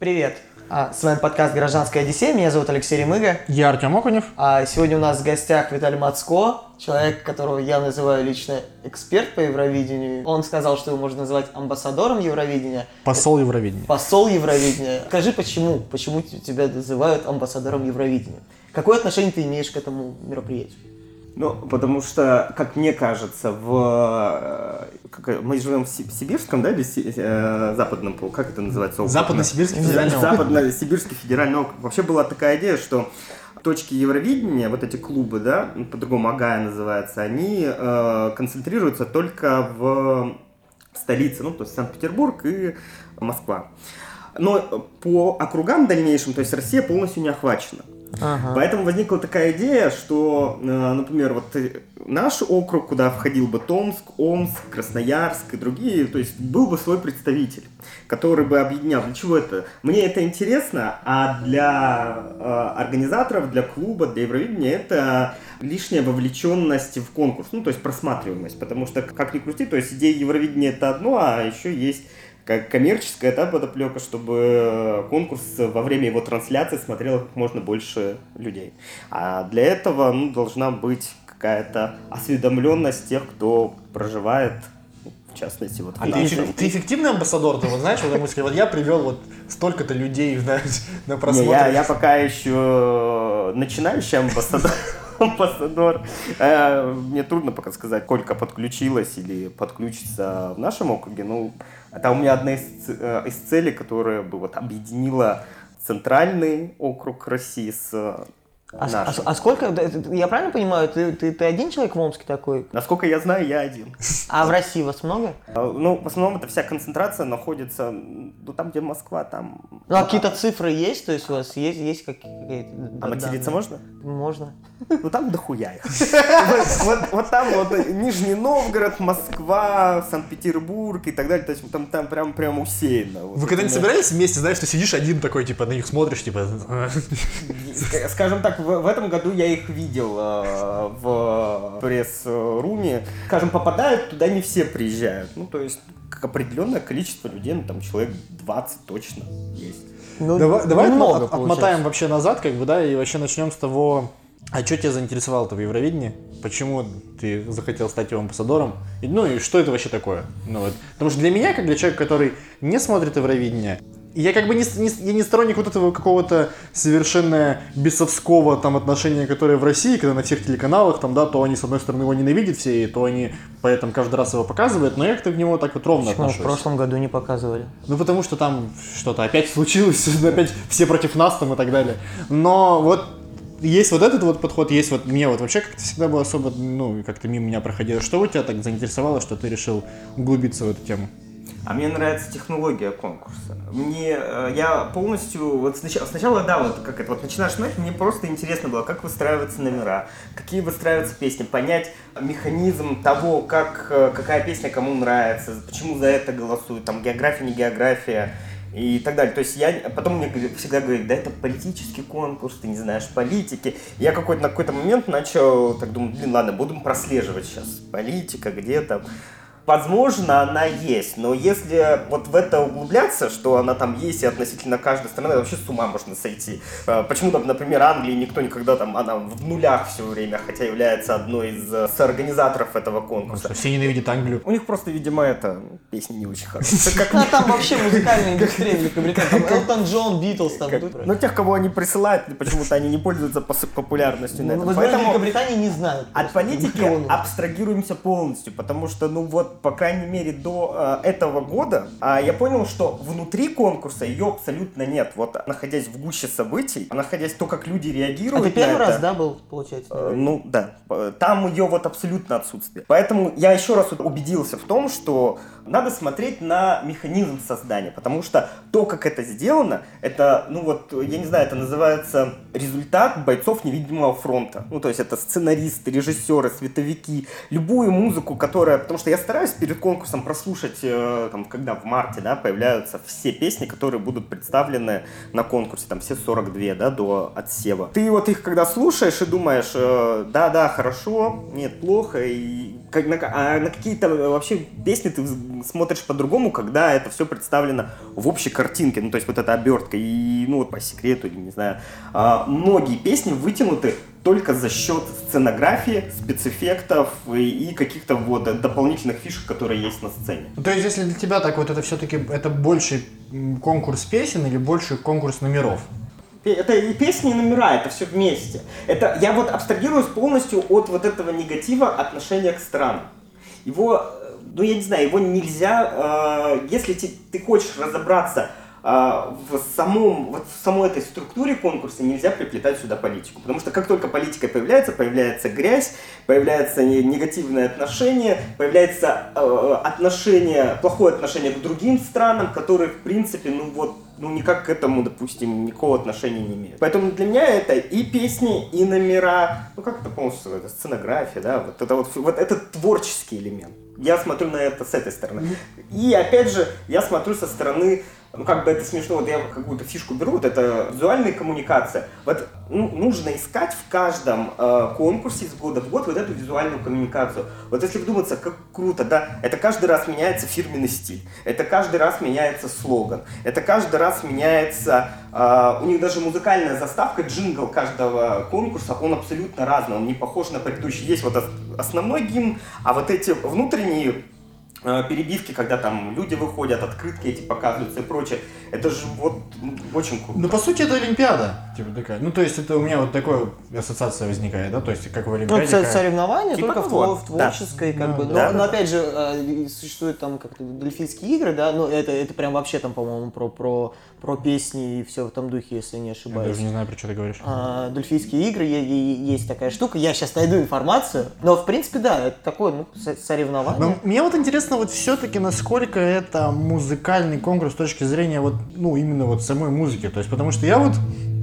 Привет! С вами подкаст «Гражданская Одиссея». Меня зовут Алексей Ремыга. Я Артем Окунев. Сегодня у нас в гостях Виталий Мацко, человек, которого я называю лично эксперт по Евровидению. Он сказал, что его можно называть амбассадором Евровидения. Посол Евровидения. Посол Евровидения. Скажи, почему? Почему тебя называют амбассадором Евровидения? Какое отношение ты имеешь к этому мероприятию? Ну, потому что, как мне кажется, мы живем в Сибирском, да, или Западном, как это называется? Западно-Сибирский федеральный округ. Западно-Сибирский федеральный округ. Вообще была такая идея, что точки Евровидения, вот эти клубы, да, по-другому АГАЯ называется, они концентрируются только в столице, ну, то есть Санкт-Петербург и Москва. Но по округам дальнейшим, то есть Россия полностью не охвачена. Ага. Поэтому возникла такая идея, что, например, вот наш округ, куда входил бы Томск, Омск, Красноярск и другие, то есть был бы свой представитель, который бы объединял. Для чего это? Мне это интересно, а для организаторов, для клуба, для Евровидения это лишняя вовлеченность в конкурс, ну, то есть просматриваемость, потому что, как ни крути, то есть идея Евровидения это одно, а еще есть как коммерческая, да, подоплека, чтобы конкурс во время его трансляции смотрело как можно больше людей. А для этого, должна быть какая-то осведомленность тех, кто проживает, в частности, вот в нашем. Ты эффективный амбассадор? Ты вот знаешь, вот я привел вот столько-то людей, знаешь, на просмотр. Я пока еще начинающий амбассадор. Мне трудно пока сказать, сколько подключилось или подключится в нашем округе. Это у меня одна из целей, которая бы вот объединила центральный округ России с нашим. Сколько, я правильно понимаю, ты один человек в Омске такой? Насколько я знаю, я один. А в России вас много? В основном это вся концентрация находится, там, где Москва, там. Какие-то цифры есть? То есть у вас есть какие-то... А материться можно? Можно. Там дохуя их. Вот там вот Нижний Новгород, Москва, Санкт-Петербург и так далее. То есть там прям усеяно. Вы когда-нибудь собирались вместе, знаешь, ты сидишь один такой, типа, на них смотришь, типа... Скажем так, в этом году я их видел в пресс-руме. Скажем, попадают туда не все приезжают. То есть определенное количество людей, там человек 20 точно есть. Давай отмотаем вообще назад, и вообще начнем с того, а что тебя заинтересовало-то в Евровидении? Почему ты захотел стать его амбассадором? И что это вообще такое? Потому что для меня, как для человека, который не смотрит Евровидение, я не сторонник вот этого какого-то совершенно бесовского отношения, которое в России, когда на всех телеканалах, то они с одной стороны его ненавидят все, и то они поэтому каждый раз его показывают, но я как-то к нему так вот ровно отношусь. В прошлом году не показывали. Потому что там что-то опять случилось, опять все против нас там и так далее. Но вот есть вот этот вот подход, есть вот мне вот вообще как-то всегда было особо, как-то мимо меня проходило. Что у тебя так заинтересовало, что ты решил углубиться в эту тему? А мне нравится технология конкурса. Я полностью, сначала, начинаешь смотреть, мне просто интересно было, как выстраиваются номера, какие выстраиваются песни, понять механизм того, какая песня кому нравится, почему за это голосуют, география, не география и так далее. То есть потом мне всегда говорят, да это политический конкурс, ты не знаешь политики. Я на какой-то момент начал думать, ладно, будем прослеживать сейчас политика, где-то. Возможно, она есть, но если вот в это углубляться, что она там есть и относительно каждой страны, вообще с ума можно сойти. Почему, например, Англии никто никогда она в нулях все время, хотя является одной из соорганизаторов этого конкурса. Все ненавидят Англию. У них просто, видимо, песни не очень хорошие. Там вообще музыкальная индустрия Великобритании. Элтон Джон, Битлз там. Тех, кого они присылают, почему-то они не пользуются популярностью на этом. Поэтому Великобритании не знают. От политики абстрагируемся полностью, потому что, по крайней мере, до этого года я понял, что внутри конкурса ее абсолютно нет. Вот, находясь в гуще событий, находясь то, как люди реагируют. А ты первый раз, был, получается? Да. Там ее абсолютно отсутствие. Поэтому я еще раз убедился в том, что надо смотреть на механизм создания, потому что то, как это сделано, это, я не знаю, это называется результат бойцов невидимого фронта. То есть это сценаристы, режиссеры, световики, любую музыку, потому что я стараюсь перед конкурсом прослушать, когда в марте, появляются все песни, которые будут представлены на конкурсе, все 42, до отсева. Ты их когда слушаешь и думаешь, да, хорошо, нет, плохо, и на какие-то вообще песни ты смотришь по-другому, когда это все представлено в общей картинке, ну, то есть вот эта обертка, и, ну, вот по секрету, или не знаю, многие песни вытянуты только за счет сценографии, спецэффектов и каких-то вот дополнительных фишек, которые есть на сцене. То есть, если для тебя так вот это все-таки это больше конкурс песен или больше конкурс номеров? Это и песни, и номера, это все вместе. Это я вот абстрагируюсь полностью от вот этого негатива отношения к странам. Его, ну я не знаю, его нельзя, если ты хочешь разобраться в самой этой структуре конкурса, нельзя приплетать сюда политику. Потому что как только политика появляется грязь, появляется негативное отношение, появляется плохое отношение к другим странам, которые, в принципе, никак к этому, допустим, никакого отношения не имеют. Поэтому для меня это и песни, и номера, ну как это полностью, это сценография, да, вот это творческий элемент. Я смотрю на это с этой стороны. И опять же, я смотрю со стороны, ну как бы это смешно, вот я какую-то фишку беру, вот это визуальная коммуникация. Вот нужно искать в каждом конкурсе из года в год вот эту визуальную коммуникацию. Вот если вдуматься, как круто, да, это каждый раз меняется фирменный стиль, это каждый раз меняется слоган, это каждый раз меняется, у них даже музыкальная заставка, джингл каждого конкурса, он абсолютно разный, он не похож на предыдущий. Есть вот основной гимн, а вот эти внутренние перебивки, когда там люди выходят, открытки эти показываются и прочее. Это же вот очень круто. Ну, по сути, это Олимпиада, типа такая. Ну, то есть, это у меня вот такая ассоциация возникает, да, то есть, как в Олимпиаде. Ну, соревнования типа только в творческой, как бы. Но опять же, существуют там как-то дельфийские игры, да, ну, это прям вообще там, по-моему, про песни и все в этом духе, если не ошибаюсь. Я даже не знаю, про что ты говоришь. Дельфийские игры, есть такая штука, я сейчас найду информацию, но, в принципе, да, это такое, ну, соревнование. Но мне вот интересно, вот все-таки, насколько это музыкальный конкурс с точки зрения вот, ну, именно вот самой музыки, то есть, потому что я вот,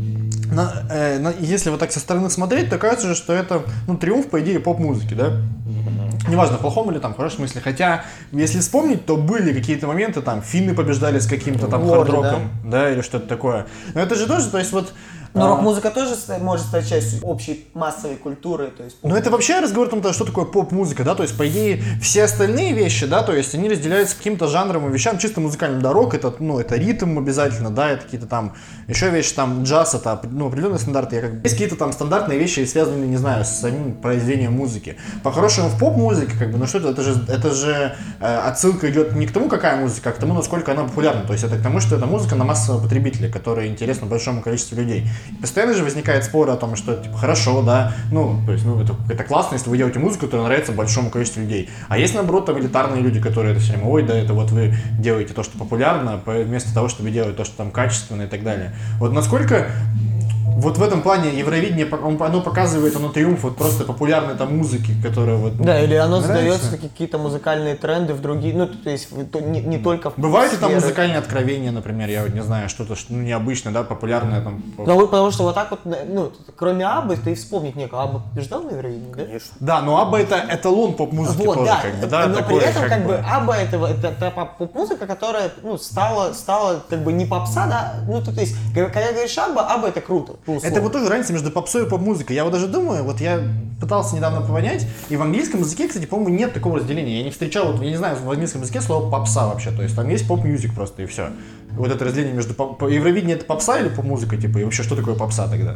если вот так со стороны смотреть, то кажется же, что это, ну, триумф, по идее, поп-музыки, да? Неважно, в плохом или там, в хорошем смысле. Хотя, если вспомнить, то были какие-то моменты, там, финны побеждали с каким-то там хард-роком, да, или что-то такое. Но это же тоже, то есть вот... Но рок-музыка тоже может стать частью общей массовой культуры, то есть... Ну это вообще разговор о том, что такое поп-музыка, да, то есть, по идее, все остальные вещи, да, то есть, они разделяются каким-то жанром и вещам, чисто музыкальным, да, рок, это, ну, это ритм обязательно, да, это какие-то там, еще вещи, там, джаз, это, ну, определенные стандарты, есть какие-то там стандартные вещи, связанные, не знаю, с самим произведением музыки. По-хорошему, в поп-музыке, как бы, ну, что это же отсылка идет не к тому, какая музыка, а к тому, насколько она популярна, то есть, это к тому, что это музыка на массового потребителя, которая интересна большому количеству людей. И постоянно же возникает спор о том, что, типа, хорошо, да, ну, то есть, ну, это классно, если вы делаете музыку, которая нравится большому количеству людей. А есть, наоборот, там, элитарные люди, которые это все время, ой, да, это вот вы делаете то, что популярно, вместо того, чтобы делать то, что там качественно и так далее. Вот насколько... Вот в этом плане Евровидение, оно показывает, оно триумф вот просто популярной там музыки, которая вот... Да, или оно задается какие-то музыкальные тренды в другие, ну, то есть не только... Бывают там музыкальные откровения, например, я вот не знаю, что-то необычное, да, популярное там... Ну, потому что вот так вот, ну, кроме Аббы, ты вспомнить некого. Абба побеждал на Евровидении, да? Конечно. Да, но Абба это эталон поп-музыки вот, тоже, да, как бы, да, но такое, при этом, как бы, Абба это поп-музыка, которая, ну, стала, как бы, не попса, да, ну, то есть, когда говоришь Абба это круто. Это вот тоже разница между попсой и поп-музыкой. Я вот даже думаю, вот я пытался недавно понять, и в английском языке, кстати, по-моему, нет такого разделения. Я не встречал, вот, я не знаю, в английском языке слово попса вообще, то есть там есть поп-мьюзик просто и все. Вот это разделение между Евровидение это попса или поп-музыка, типа, и вообще что такое попса тогда?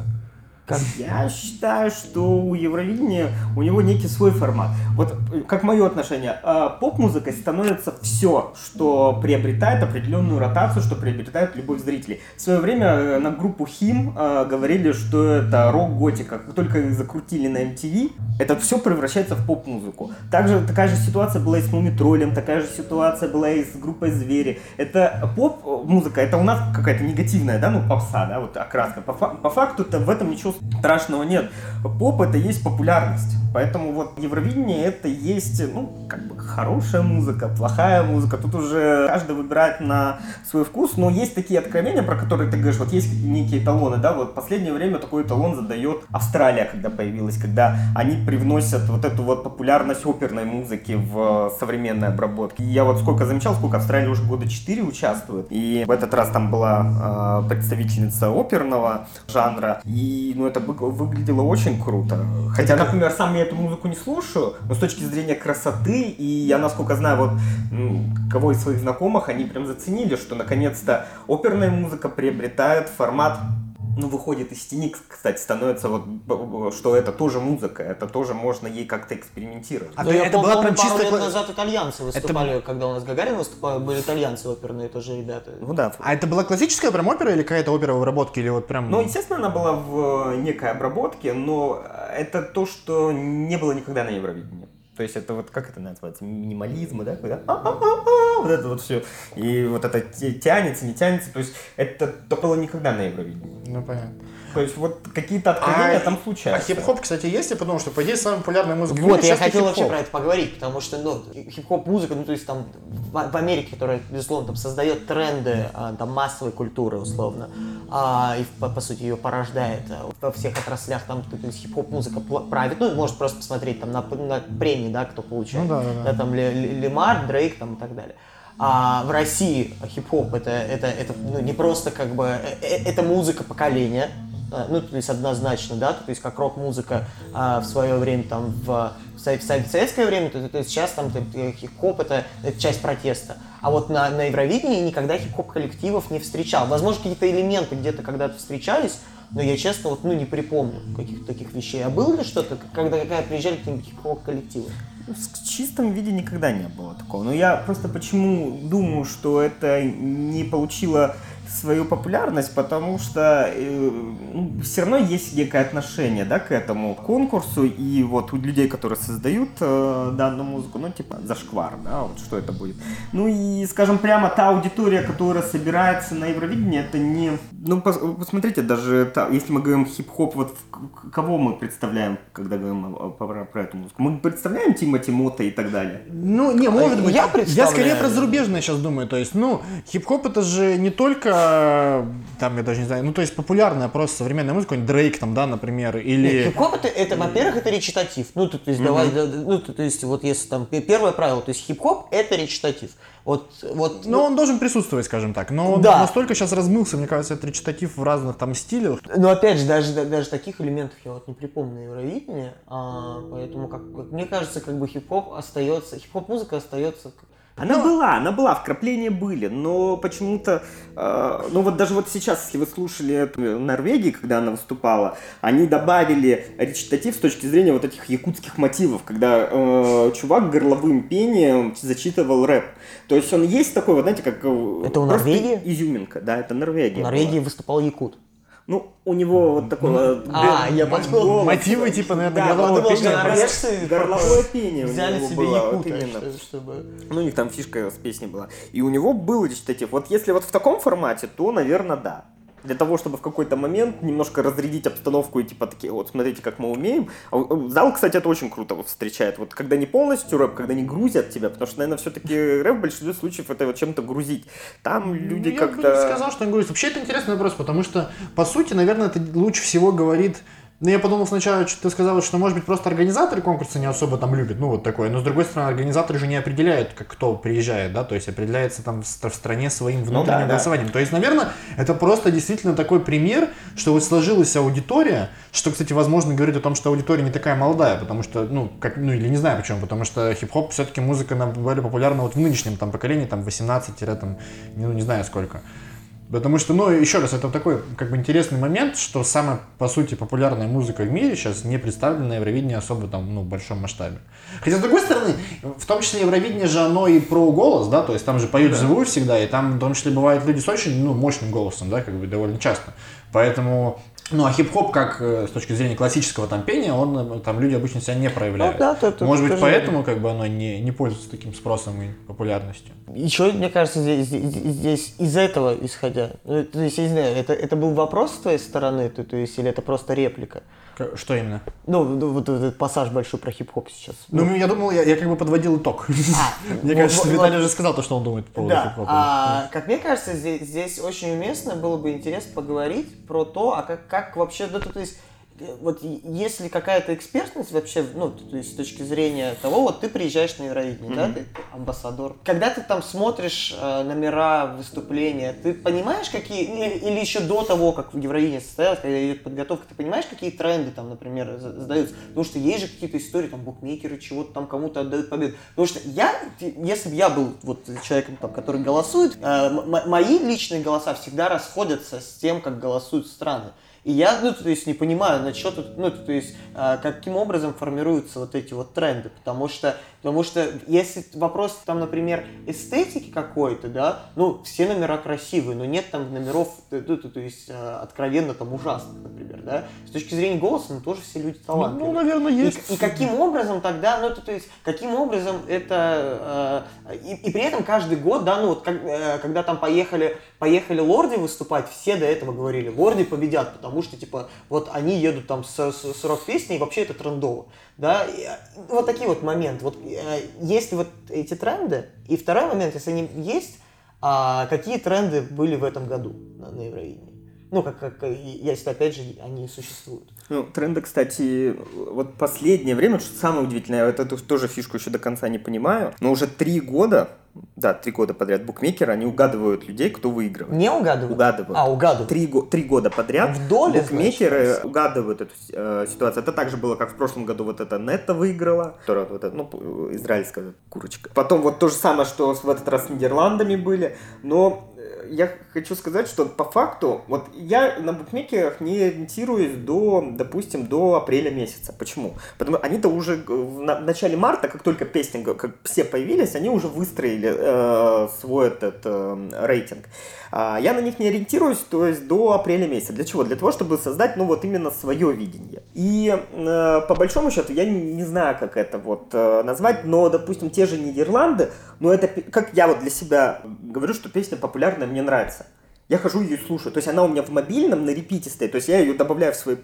Я считаю, что у Евровидения у него некий свой формат. Вот как мое отношение, поп-музыкой становится все, что приобретает определенную ротацию, что приобретает любовь зрителей. В свое время на группу Хим говорили, что это рок-готика. Как только их закрутили на MTV, это все превращается в поп-музыку. Такая же ситуация была и с Мумитролем, такая же ситуация была и с группой Звери. Это поп-музыка, это у нас какая-то негативная, да, ну попса, да, вот окраска. По факту-то в этом ничего страшного нет. Поп это есть популярность. Поэтому вот Евровидение это есть, ну, как бы хорошая музыка, плохая музыка. Тут уже каждый выбирает на свой вкус, но есть такие откровения, про которые ты говоришь, вот есть некие эталоны, да, вот в последнее время такой эталон задает Австралия, когда появилась, когда они привносят вот эту вот популярность оперной музыки в современной обработке. И я вот сколько замечал, сколько Австралия уже года 4 участвует, и в этот раз там была представительница оперного жанра, и ну, это выглядело очень круто. Хотя, например, сам я эту музыку не слушаю, но с точки зрения красоты, и я, насколько знаю, вот кого из своих знакомых, они прям заценили, что наконец-то оперная музыка приобретает формат, ну, выходит из тени, кстати, становится вот, что это тоже музыка, это тоже можно ей как-то экспериментировать. А это была прям пару лет назад итальянцы выступали, когда у нас Гагарин выступал, были итальянцы оперные тоже ребята. Ну да. А это была классическая прям опера или какая-то опера в обработке, или вот прям... Ну, естественно, она была в некой обработке, но это то, что не было никогда на Евровидении. То есть это вот, как это называется, минимализм, да, когда вот это вот все, и вот это тянется, не тянется, то есть это было никогда на Евровидении. Ну, понятно. То есть вот какие-то откровения там случаются. А хип-хоп, кстати, есть, я подумал, что, по идее, самая популярная музыка в Вот, мире я сейчас хотел хип-хоп. вообще про это поговорить, потому что, ну, хип-хоп музыка, ну, то есть там в Америке, которая, безусловно, там создает тренды там массовой культуры, условно, и, по сути, ее порождает во всех отраслях, там, то есть хип-хоп музыка правит, ну, может просто посмотреть там на премии, да, кто получает, ну, да. Там Лемар, Дрейк, там, и так далее. А в России хип-хоп это ну, не просто как бы, это музыка поколения, ну, то есть однозначно, да, то есть как рок-музыка в свое время, там, в советское время, то есть сейчас там хип-хоп это часть протеста. А вот на Евровидении никогда хип-хоп коллективов не встречал. Возможно, какие-то элементы где-то когда-то встречались, но я, честно, вот, ну, не припомню каких-то таких вещей. А было ли что-то, когда приезжали какие-нибудь хип-хоп коллективы? В чистом виде никогда не было такого. Но я просто почему думаю, что это не получило свою популярность, потому что все равно есть некое отношение, да, к этому конкурсу, и вот у людей, которые создают данную музыку, ну, типа, зашквар, да, вот что это будет. Ну и, скажем прямо, та аудитория, которая собирается на Евровидении, это не... Ну, посмотрите, даже если мы говорим хип-хоп, вот кого мы представляем, когда говорим про эту музыку? Мы представляем Тимоти Мота и так далее? Ну, не, может быть. Я скорее про зарубежное сейчас думаю, то есть, ну, хип-хоп это же не только там, я даже не знаю, ну, то есть популярная просто современная музыка, Дрейк там, да, например, или... Хип-хоп это, во-первых, это речитатив. Ну, то есть, давай, ну, то есть, вот если там, первое правило, то есть, хип-хоп это речитатив. Вот, но он должен присутствовать, скажем так, но он да. Настолько сейчас размылся, мне кажется, это речитатив в разных там стилях. Но опять же, даже таких элементов я вот не припомню на Евровидении, поэтому, как мне кажется, как бы хип-хоп музыка остается... Она была, вкрапления были, но почему-то, ну вот даже вот сейчас, если вы слушали эту Норвегии, когда она выступала, они добавили речитатив с точки зрения вот этих якутских мотивов, когда чувак горловым пением зачитывал рэп. То есть он есть такой, вот знаете, как... Это у Норвегии? Изюминка, да, это Норвегия. В Норвегии выступал якут. Ну, у него вот такой... я подумал. Мотивы типа, наверное, Да, горлового подумал, что пения. норвежцы Горловое пение взяли у него себе было, якута, вот именно. чтобы... Ну, у них там фишка с песней была. И у него был речитатив. Вот если вот в таком формате, то, наверное, да. Для того, чтобы в какой-то момент немножко разрядить обстановку и типа такие, вот смотрите, как мы умеем. Зал, кстати, это очень круто вот встречает. Вот когда не полностью рэп, когда не грузят тебя, потому что, наверное, все-таки рэп в большинстве случаев это вот чем-то грузить. Там люди как-то... Я бы не сказал, что он грузит. Вообще это интересный вопрос, потому что, по сути, наверное, это лучше всего говорит... Ну, я подумал сначала, что ты сказал, что, может быть, просто организаторы конкурса не особо там любят, ну, вот такое. Но, с другой стороны, организаторы же не определяют, кто приезжает, да, то есть определяется там в стране своим внутренним голосованием. Да. То есть, наверное, это просто действительно такой пример, что вот сложилась аудитория, что, кстати, возможно, говорит о том, что аудитория не такая молодая, потому что, или не знаю почему, потому что хип-хоп все-таки музыка более популярна вот в нынешнем там поколении, там 18 там, не знаю сколько. Потому что, еще раз, это такой, как бы, интересный момент, что самая, по сути, популярная музыка в мире сейчас не представлена на Евровидении особо там, в большом масштабе. Хотя, с другой стороны, в том числе Евровидение же оно и про голос, да, то есть там же поют вживую всегда, и там, в том числе, бывают люди с очень, мощным голосом, да, как бы, довольно часто. Поэтому... Ну, а хип-хоп, как с точки зрения классического там пения, там люди обычно себя не проявляют. Может быть, поэтому как бы оно не пользуется таким спросом и популярностью. Еще, мне кажется, здесь из этого исходя, то есть, я не знаю, это был вопрос с твоей стороны, то есть, или это просто реплика? Что именно? Вот этот пассаж большой про хип-хоп сейчас. Я думал, я как бы подводил итог. Мне кажется, Виталий уже сказал то, что он думает по поводу хип-хопа. Как мне кажется, здесь очень уместно было бы интересно поговорить про то, как вообще, то есть вот есть ли какая-то экспертность вообще, ну, то есть с точки зрения того, вот ты приезжаешь на Евровидение, да, ты амбассадор. Когда ты там смотришь номера, выступления, ты понимаешь, какие, или еще до того, как Евровидение состоялось, когда идет подготовка, ты понимаешь, какие тренды там, например, задаются? Потому что есть же какие-то истории, там, букмекеры чего-то там кому-то отдают победу. Потому что если бы я был вот человеком, там, который голосует, мои личные голоса всегда расходятся с тем, как голосуют страны. И я, ну, то есть, не понимаю, на что тут, ну, то есть, каким образом формируются вот эти вот тренды, потому что если вопрос, там, например, эстетики какой-то, да, ну, все номера красивые, но нет там номеров, то есть, откровенно там ужасных, например, да, с точки зрения голоса, ну, тоже все люди талантливые. Ну, наверное, есть. И каким образом тогда, ну, то есть, каким образом это, и при этом каждый год, да, ну, вот, когда там поехали Лорди выступать, все до этого говорили, Лорди победят, потому что, типа, вот они едут там с рок-песней, и вообще это трендово, да, и вот такие вот моменты, вот есть ли вот эти тренды, и второй момент, если они есть, какие тренды были в этом году на Евровидении? Ну, если, опять же, они существуют. Ну, тренды, кстати, вот последнее время, что самое удивительное, я эту тоже фишку еще до конца не понимаю, но уже 3 года подряд букмекеры, они угадывают людей, кто выигрывает. Не угадывают? Угадывают. Угадывают. 3 года подряд в доле, букмекеры значит, угадывают эту ситуацию. Это также было, как в прошлом году вот эта Нетта выиграла, которая вот эта, ну, израильская курочка. Потом вот то же самое, что в этот раз с Нидерландами были, но я хочу сказать, что по факту, вот я на букмекерах не ориентируюсь допустим, до апреля месяца. Почему? Потому что они-то уже в начале марта, как только песни, как все появились, они уже выстроили свой этот рейтинг. Я на них не ориентируюсь, то есть до апреля месяца. Для чего? Для того, чтобы создать, ну, вот именно свое видение. И по большому счету, я не знаю, как это вот назвать, но, допустим, те же Нидерланды, ну, это, как я вот для себя говорю, что песня популярная, мне нравится. Я хожу ее слушаю. То есть она у меня в мобильном на репите стоит. То есть я ее добавляю в свои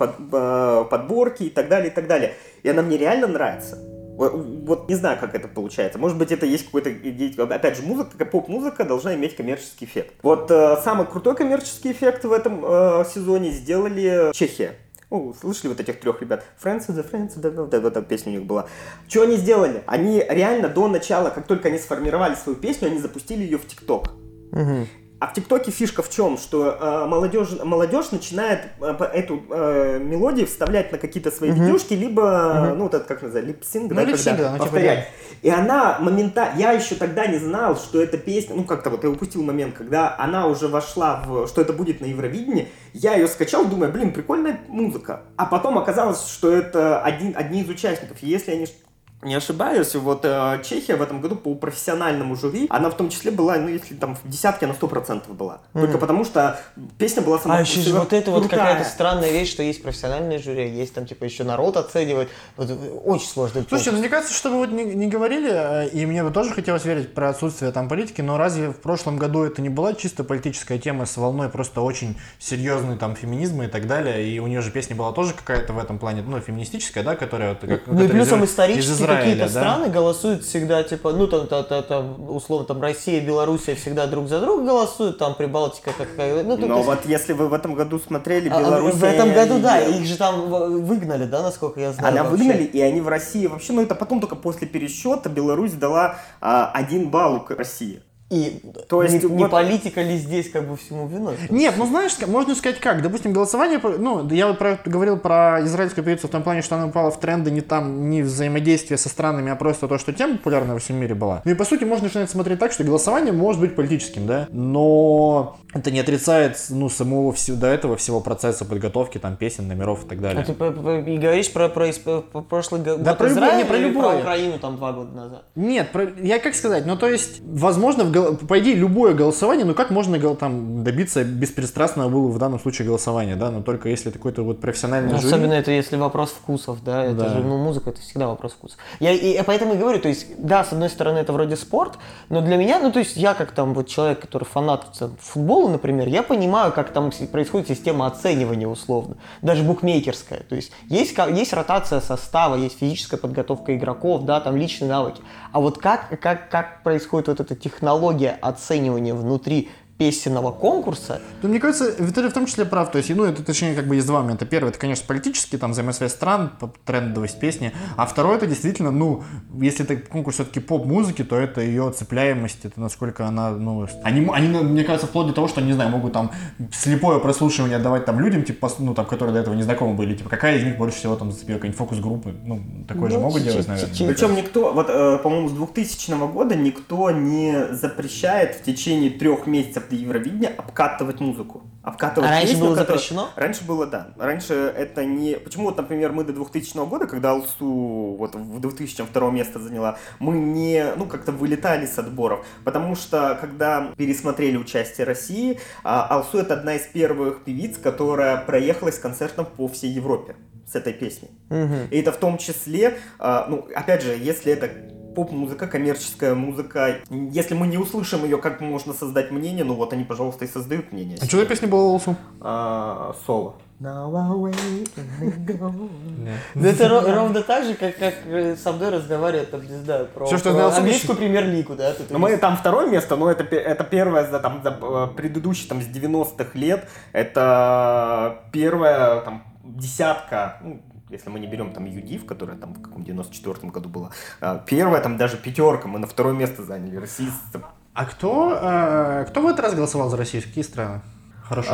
подборки и так далее, и так далее. И она мне реально нравится. Вот не знаю, как это получается. Может быть, это есть какой-то... Опять же, музыка, поп-музыка должна иметь коммерческий эффект. Вот самый крутой коммерческий эффект в этом сезоне сделали Чехия. Слышали вот этих 3 ребят? Friends, вот эта песня у них была. Что они сделали? Они реально до начала, как только они сформировали свою песню, они запустили ее в ТикТок. Угу. А в ТикТоке фишка в чем? Что молодежь начинает эту мелодию вставлять на какие-то свои видюшки, либо, ну, это как называется, липсинг, да, когда повторять. И она моментально... Я еще тогда не знал, что эта песня... Ну, как-то вот я упустил момент, когда она уже вошла что это будет на Евровидении. Я ее скачал, думаю, блин, прикольная музыка. А потом оказалось, что это одни из участников. И если они... Не ошибаюсь, вот Чехия в этом году по профессиональному жюри, она в том числе была, ну, если там в десятке, на 100% была. Только потому, что песня была сама... еще же вот это вот какая-то странная вещь, что есть профессиональное жюри, есть там типа еще народ оценивает. Вот, очень сложно. Слушайте, ну мне кажется, что вы вот не говорили, и мне бы тоже хотелось верить про отсутствие там политики, но разве в прошлом году это не была чисто политическая тема с волной просто очень серьезный там феминизма и так далее, и у нее же песня была тоже какая-то в этом плане, ну, феминистическая, да, которая... Ну и плюсом исторически какие-то страны голосуют всегда, типа, ну, там, условно, там, Россия, Белоруссия всегда друг за друга голосуют, там, Прибалтика какая-то... Ну, но вот если вы в этом году смотрели, Белоруссия... В этом году, да, их же там выгнали, да, насколько я знаю. Она выгнали, и они в России вообще, ну, это потом только после пересчета Беларусь дала 1 балл России. И то есть не политика ли здесь как бы всему виной? Нет, ну знаешь, можно сказать как. Допустим, голосование, ну, я вот говорил про израильскую певицу в том плане, что она попала в тренды не взаимодействие со странами, а просто то, что тема популярна во всем мире была. Ну и по сути можно начинать смотреть так, что голосование может быть политическим, да, но это не отрицает, ну, самого до этого всего процесса подготовки, там, песен, номеров и так далее. А ты и говоришь про прошлый год да, Израиля про или про Украину там 2 года назад? Нет, я как сказать, ну то есть, возможно, по идее, любое голосование, ну как можно там добиться беспристрастного было в данном случае голосования, да, но только если это какой-то вот профессиональный жюри. Особенно это если вопрос вкусов, да, это же, ну, музыка, это всегда вопрос вкусов. Я поэтому и говорю, то есть, да, с одной стороны, это вроде спорт, но для меня, ну, то есть, я как там вот человек, который фанат футбола, например, я понимаю, как там происходит система оценивания условно, даже букмекерская, то есть, есть ротация состава, есть физическая подготовка игроков, да, там личные навыки, а вот как происходит вот эта технология оценивания внутри песенного конкурса. Ну, мне кажется, Виталий в том числе прав. То есть, ну, это, точнее, как бы есть два момента. Первый, это, конечно, политический, там, взаимосвязь стран, трендовость песни. А второй, это действительно, ну, если это конкурс все-таки поп-музыки, то это ее цепляемость, это насколько она, ну... Они, мне кажется, вплоть до того, что, не знаю, могут там слепое прослушивание давать там людям, типа, ну, там, которые до этого не знакомы были, типа, какая из них больше всего там зацепила, какие-нибудь фокус-группы, ну, такое же могут делать, наверное. Причем никто, вот, по-моему, с 2000 года никто не запрещает в течение 3 месяцев до Евровидения обкатывать музыку. Обкатывать раньше песню, было запрещено? Раньше было, да. Раньше это не... Почему, вот, например, мы до 2000 года, когда Алсу вот в 2002 место заняла, мы не, ну, как-то вылетали с отборов. Потому что, когда пересмотрели участие России, Алсу — это одна из первых певиц, которая проехалась с концертом по всей Европе с этой песней. И это в том числе, ну, опять же, если это поп-музыка, коммерческая музыка. Если мы не услышим ее, как можно создать мнение, ну вот они, пожалуйста, и создают мнение. А что за песня была Алсу? Соло. Ну это ровно так же, как со мной разговаривают, там, не знаю, про английскую премьер-лигу, да? Ну мы там 2 место, но это первое за предыдущий там с 90-х лет, это первая там десятка, ну, если мы не берем там ЮДИВ, которая там в каком 94-м году была, первая там даже 5, мы на 2 место заняли, российцы. А кто в этот раз голосовал за Россию? Какие страны? Хорошо.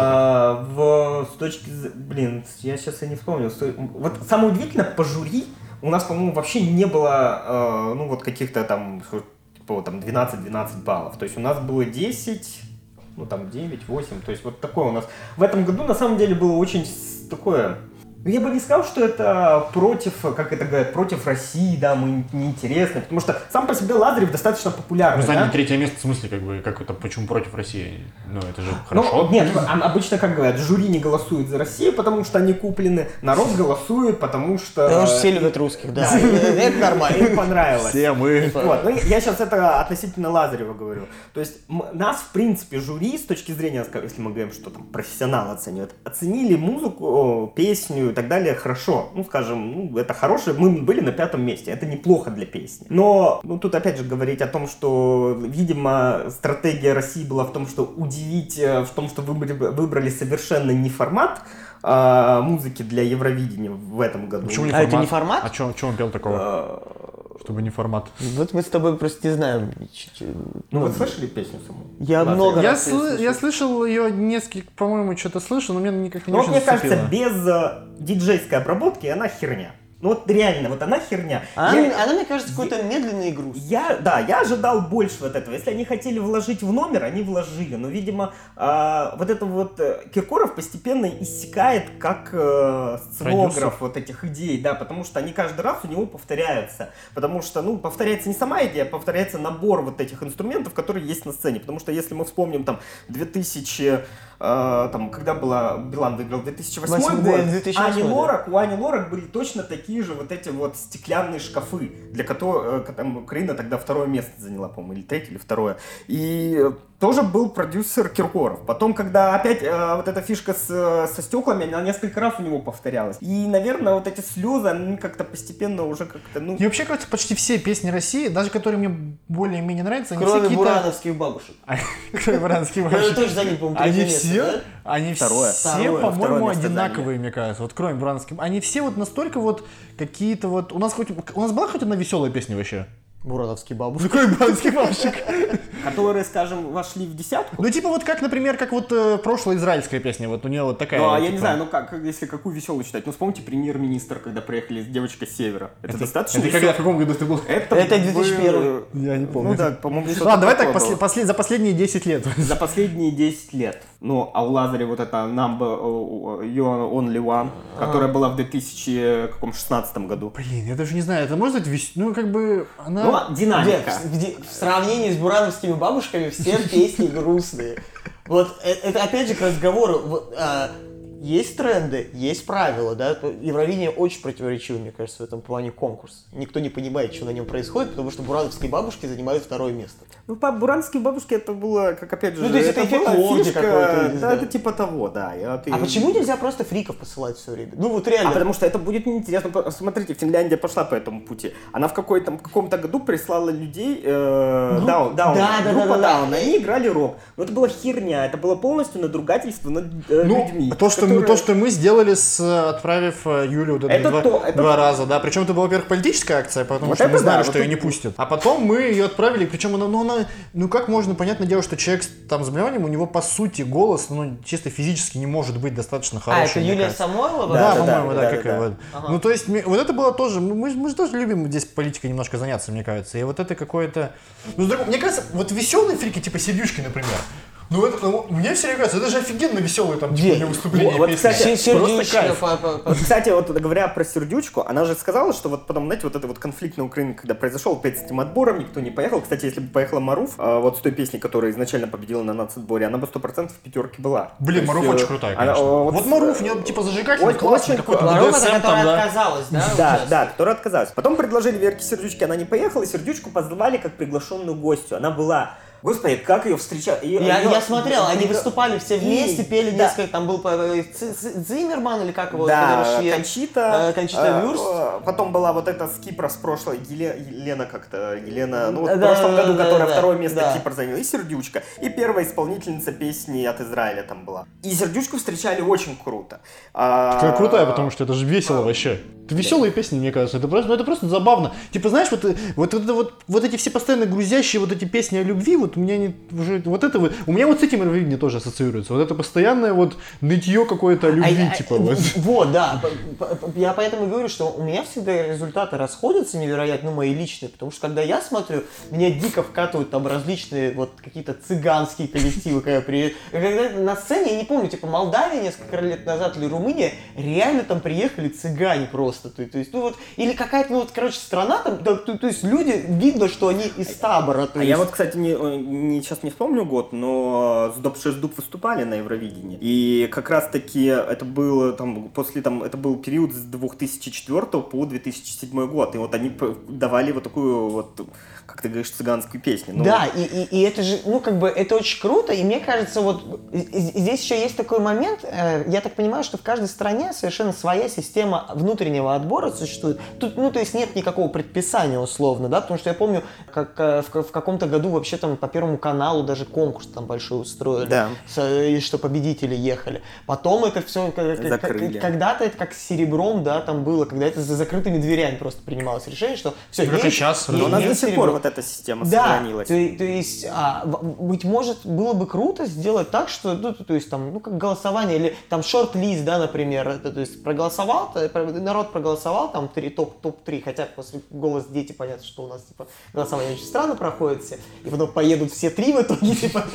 С точки блин, я сейчас и не вспомнил. Вот самое удивительное, по жюри у нас, по-моему, вообще не было, ну вот каких-то там, типа, там 12-12 баллов. То есть у нас было 10, ну там 9, 8, то есть вот такое у нас. В этом году на самом деле было очень такое... Ну, я бы не сказал, что это против, как это говорят, против России, да, мы неинтересны, потому что сам по себе Лазарев достаточно популярный. Мы заняли да? 3 место, в смысле, как бы, как это, почему против России? Ну, это же хорошо. Ну, нет, обычно, как говорят, жюри не голосует за Россию, потому что они куплены, народ голосует, потому что... Потому что все любят русских, да, это нормально. Им понравилось. Все мы. Вот, ну, я сейчас это относительно Лазарева говорю. То есть нас, в принципе, жюри, с точки зрения, если мы говорим, что там профессионалы оценивают, оценили музыку, песню и так далее хорошо. Ну, скажем, ну, это хорошее. Мы были на 5 месте. Это неплохо для песни. Но, ну, тут опять же говорить о том, что, видимо, стратегия России была в том, что удивить, в том, что выбрали совершенно не формат музыки для Евровидения в этом году. Почему не формат? Это не формат? А что он пел такого? Чтобы не формат. Вот мы с тобой просто не знаем. Ну, вы слышали песню саму? Я много раз Я слышал ее несколько, по-моему, что-то слышал, но мне никак не очень очень зацепило. зацепило. Мне кажется, без диджейской обработки она херня. Ну вот реально, вот она херня. Она, мне кажется, какой-то медленный и грустный. Я ожидал больше вот этого. Если они хотели вложить в номер, они вложили. Но, видимо, вот это вот Киркоров постепенно иссякает как сценограф вот этих идей, да, потому что они каждый раз у него повторяются. Потому что, ну, повторяется не сама идея, а повторяется набор вот этих инструментов, которые есть на сцене. Потому что если мы вспомним там 2000... там, когда Билан выиграл 2008 год, у Ани Лорак были точно такие же вот эти вот стеклянные шкафы, для которых там, Украина тогда 2 место заняла, по-моему, или 3 или 2. И тоже был продюсер Киркоров. Потом, когда опять вот эта фишка со стеклами, она несколько раз у него повторялась. И, наверное, вот эти слезы, они как-то постепенно уже как-то, ну... И вообще, кажется, почти все песни России, даже которые мне более-менее нравятся, они кроме все бурановских бабушек. Кроме буранских бабушек. Я тоже занял, по-моему, 3 место, Они все, по-моему, одинаковые, мне кажется. Вот кроме бурановских. Они все вот настолько вот какие-то вот... У нас была хоть одна веселая песня вообще? Бурановские бабушки. Кроме бурановских бабушек. Которые, скажем, вошли в десятку. Ну, типа вот как, например, как вот прошлая израильская песня, вот у нее вот такая. Ну, вот, я типа... не знаю, ну как, если какую веселую читать. Ну, вспомните «Премьер-министр», когда приехали девочка с севера. Это достаточно Это когда, в каком году ты был? Это 2001. Я не помню. Ну да, по-моему, Ладно, давай так, за последние 10 лет. За последние 10 лет. Ну, а у Лазаря вот эта Number Only One, которая была в 2016 году. Блин, я даже не знаю, это может быть, ну, как бы, она... Ну, динамика. В сравнении с бурановскими бабушками все песни грустные. Вот это опять же к разговору. есть тренды, есть правила, да, Евровидение очень противоречиво, мне кажется, в этом плане конкурс. Никто не понимает, что на нем происходит, потому что бурановские бабушки занимают второе место. Ну, бурановские бабушки это было, как опять же, ну, то есть это эффект Лорди какой-то. Да, это типа того, да. А почему нельзя просто фриков посылать все время? Ну, вот реально. А потому что это будет неинтересно. Смотрите, Финляндия пошла по этому пути. Она в каком-то году прислала людей, Даун, группа Даун, они играли рок. Но это была херня, это было полностью надругательство над людьми. То, что мы сделали, отправив Юлю два раза, да. Причем это была, во-первых, политическая акция, потому вот что мы знали, да, что ее не пустят. А потом мы ее отправили, причем она, как можно, понятное дело, что человек там с заболеванием, у него по сути голос, чисто физически не может быть достаточно хороший. А, это Юлия Самойлова? Да, по-моему, да, как его. Ну, то есть, вот это было тоже, мы же тоже любим здесь политикой немножко заняться, мне кажется. И вот это какое-то... мне кажется, вот веселые фрики, типа Сердючки, например, мне все время кажется, это же офигенно веселые там типа выступления. Вот, кстати, Сердючка. Кстати, вот говоря про Сердючку, она же сказала, что вот потом, знаете, вот этот вот конфликт на Украине, когда произошел опять с этим отбором, никто не поехал. Кстати, если бы поехала Маруф, вот с той песней, которая изначально победила на нацотборе, она бы 100% в пятерке была. Блин, Маруф очень крутая, конечно. Вот Маруф, типа зажигательный, классный какой-то. Маруф, которая отказалась, да? Да, которая отказалась. Потом предложили Верке Сердючке, она не поехала, и Сердючку позвали как приглашенную гостью. Она была... Господи, как ее встречали? Я смотрел, они выступали все вместе, пели несколько, там был Циммерман или как его? Да, Кончита Вюрст. Потом была вот эта с Кипра с прошлой, Елена, ну вот в прошлом году, которая второе место Кипр заняла, и Сердючка. И первая исполнительница песни от Израиля там была. И Сердючку встречали очень круто. Какая крутая, потому что это же весело вообще. Это веселые песни, мне кажется, это просто забавно. Типа, знаешь, вот эти все постоянно грузящие вот эти песни о любви, вот у меня уже у меня вот с этим Евровидение тоже ассоциируется. Вот это постоянное вот нытье какое-то о любви, типа вот. Вот, да. Я поэтому говорю, что у меня всегда результаты расходятся невероятно, мои личные, потому что когда я смотрю, меня дико вкатывают там различные вот какие-то цыганские коллективы, когда на сцене, я не помню, типа Молдавия несколько лет назад или Румыния, реально там приехали цыгане просто. То есть, или какая-то, страна там, то есть люди, видно, что они из табора. Я вот, кстати, сейчас не вспомню год, но с Доп-6 выступали на Евровидении. И как раз таки это было это был период с 2004 по 2007 год. И вот они давали вот такую вот, как ты говоришь, цыганскую песню. Да, и это же, это очень круто. И мне кажется, вот здесь еще есть такой момент. Я так понимаю, что в каждой стране совершенно своя система внутреннего отбора существует. Тут, то есть нет никакого предписания условно, да, потому что я помню, как в каком-то году вообще там по Первому каналу даже конкурс там большой устроили, да. И что победители ехали. Потом это все когда-то это как с серебром, да, там было, когда это за закрытыми дверями просто принималось решение, что все. Как сейчас. У нас до сих пор вот эта система сохранилась. То есть, быть может, было бы круто сделать так, что, то есть там, как голосование или там шорт-лист, да, например, то есть проголосовал, народ проголосовал, там топ-3, хотя после «Голос дети» понятно, что у нас типа голосование очень странно проходит все, и потом поедут все три в итоге, типа.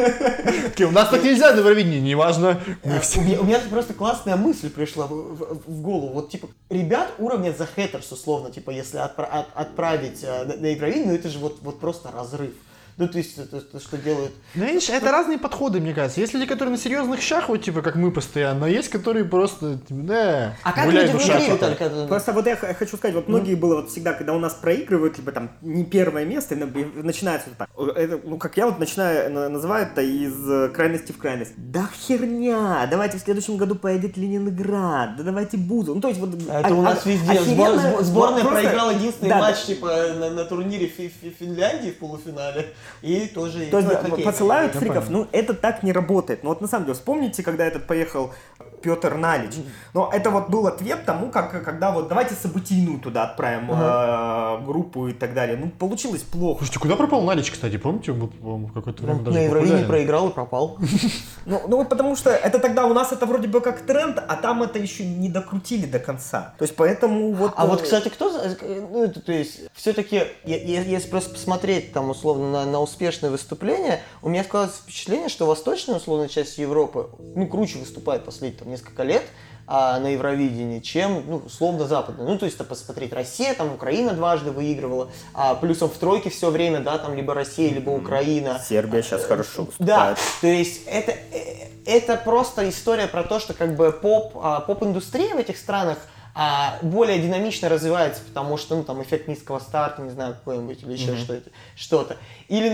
У нас так нельзя на Евровидении, неважно. У меня просто классная мысль пришла в голову, вот типа ребят уровня The Hatters, условно, типа если отправить на Евровидение, это же вот просто разрыв. Ну, то есть, это что делают... Ну, видишь, это разные подходы, мне кажется. Есть люди, которые на серьезных щах, вот, типа, как мы постоянно, а есть, которые просто, а как люди внутри, Виталий? Просто вот я хочу сказать, вот многие было вот всегда, когда у нас проигрывают, либо там не первое место, начинается вот так. Это, как я вот начинаю называть это из крайности в крайность. Да херня, давайте в следующем году поедет Ленинград, да давайте буду. Ну, то есть вот... Это у нас везде. Сборная проиграла единственный матч, типа, на турнире Финляндии в полуфинале. И тоже... То есть посылают фриков, это так не работает. Но вот на самом деле, вспомните, когда этот поехал Петр Налич. Но это вот был ответ тому, когда вот давайте событийную туда отправим группу и так далее. Ну, получилось плохо. Слушайте, куда пропал Налич, кстати? Помните, он был, по-моему, какое-то время даже на Евровидении проиграл и пропал. Ну, вот потому что это тогда у нас это вроде бы как тренд, а там это еще не докрутили до конца. То есть поэтому вот... А вот, кстати, то есть, все-таки, если просто посмотреть там, условно, на успешные выступления, у меня складывается впечатление, что восточная, условно, часть Европы, круче выступает последние там несколько лет, на Евровидении, чем, ну, условно, западная. Ну, то есть, посмотреть, Россия, там, Украина дважды выигрывала, плюсом в тройке все время, да, там, либо Россия, либо Украина. Сербия сейчас хорошо выступает. Да, то есть, это просто история про то, что, как бы, поп-индустрия в этих странах более динамично развивается, потому что, ну, там, эффект низкого старта, не знаю, какой-нибудь, или еще что-то. Или,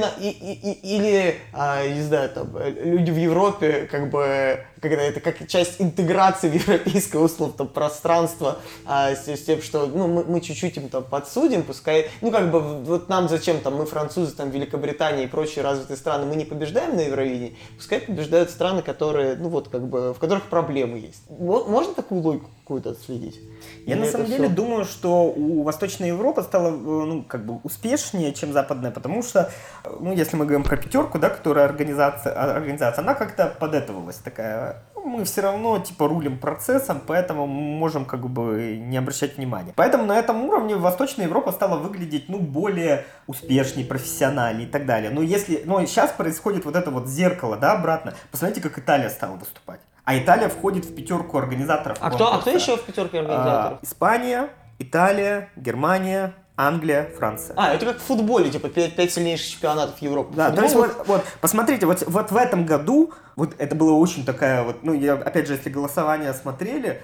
не знаю, там, люди в Европе, как бы, когда это как часть интеграции в европейское, условно, там, пространство, с тем, что, ну, мы чуть-чуть им там подсудим, пускай, ну, как бы, вот нам зачем, там, мы французы, там, Великобритания и прочие развитые страны, мы не побеждаем на Евровидении, пускай побеждают страны, которые, ну, вот, как бы, в которых проблемы есть. Можно такую логику какую-то отследить? Я на самом деле думаю, что у Восточной Европы стала, ну, как бы успешнее, чем Западная, потому что, ну, если мы говорим про пятерку, да, которая организация, она как-то подэтовалась такая. Мы все равно, типа, рулим процессом, поэтому можем, как бы, не обращать внимания. Поэтому на этом уровне Восточная Европа стала выглядеть, ну, более успешней, профессиональней и так далее. Но сейчас происходит вот это вот зеркало, да, обратно. Посмотрите, как Италия стала выступать. А Италия входит в пятерку организаторов. А кто еще в пятерке организаторов? Испания, Италия, Германия, Англия, Франция. Это как в футболе, типа 5 сильнейших чемпионатов Европы. Да, то есть вот посмотрите, вот в этом году, вот это было очень такая вот, ну, опять же, если голосование смотрели,